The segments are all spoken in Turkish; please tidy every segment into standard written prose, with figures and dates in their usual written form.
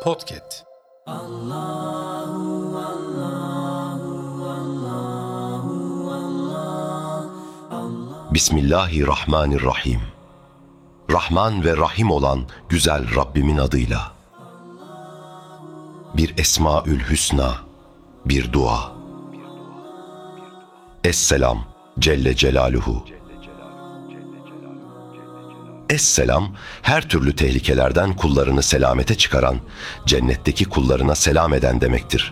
Podcast. Bismillahirrahmanirrahim. Rahman ve Rahim olan güzel Rabbimin adıyla. Bir Esmaül Hüsna, bir dua. Esselam Celle Celaluhu. Esselam, her türlü tehlikelerden kullarını selamete çıkaran, cennetteki kullarına selam eden demektir.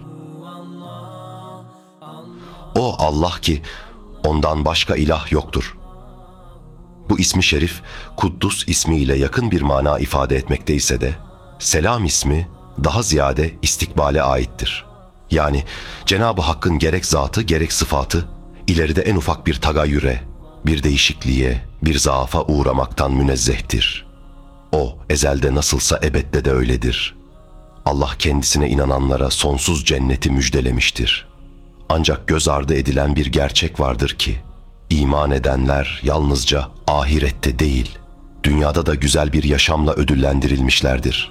O Allah ki, ondan başka ilah yoktur. Bu ismi şerif, Kuddus ismiyle yakın bir mana ifade etmekteyse de, selam ismi daha ziyade istikbale aittir. Yani Cenab-ı Hakk'ın gerek zatı gerek sıfatı, ileride en ufak bir tagayyüre, bir değişikliğe, bir zaafa uğramaktan münezzehtir. O ezelde nasılsa ebedde de öyledir. Allah kendisine inananlara sonsuz cenneti müjdelemiştir. Ancak göz ardı edilen bir gerçek vardır ki, iman edenler yalnızca ahirette değil, dünyada da güzel bir yaşamla ödüllendirilmişlerdir.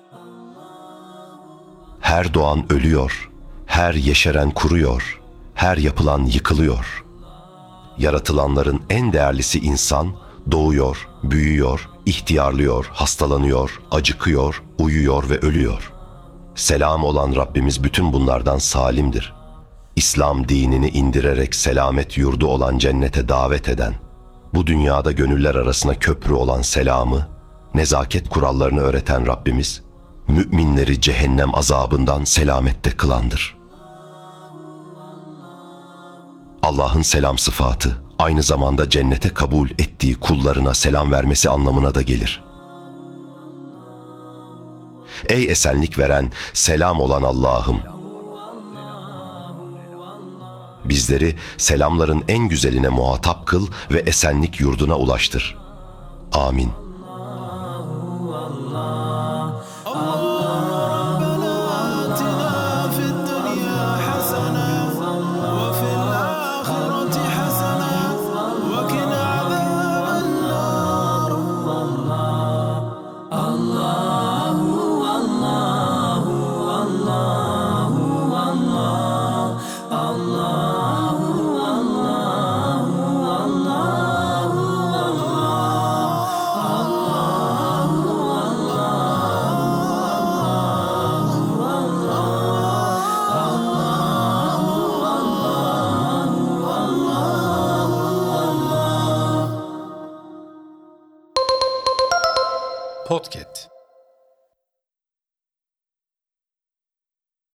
Her doğan ölüyor, her yeşeren kuruyor, her yapılan yıkılıyor. Yaratılanların en değerlisi insan, doğuyor, büyüyor, ihtiyarlıyor, hastalanıyor, acıkıyor, uyuyor ve ölüyor. Selam olan Rabbimiz bütün bunlardan salimdir. İslam dinini indirerek selamet yurdu olan cennete davet eden, bu dünyada gönüller arasına köprü olan selamı, nezaket kurallarını öğreten Rabbimiz, müminleri cehennem azabından selamette kılandır. Allah'ın selam sıfatı, aynı zamanda cennete kabul ettiği kullarına selam vermesi anlamına da gelir. Ey esenlik veren, selam olan Allah'ım! Bizleri selamların en güzeline muhatap kıl ve esenlik yurduna ulaştır. Amin.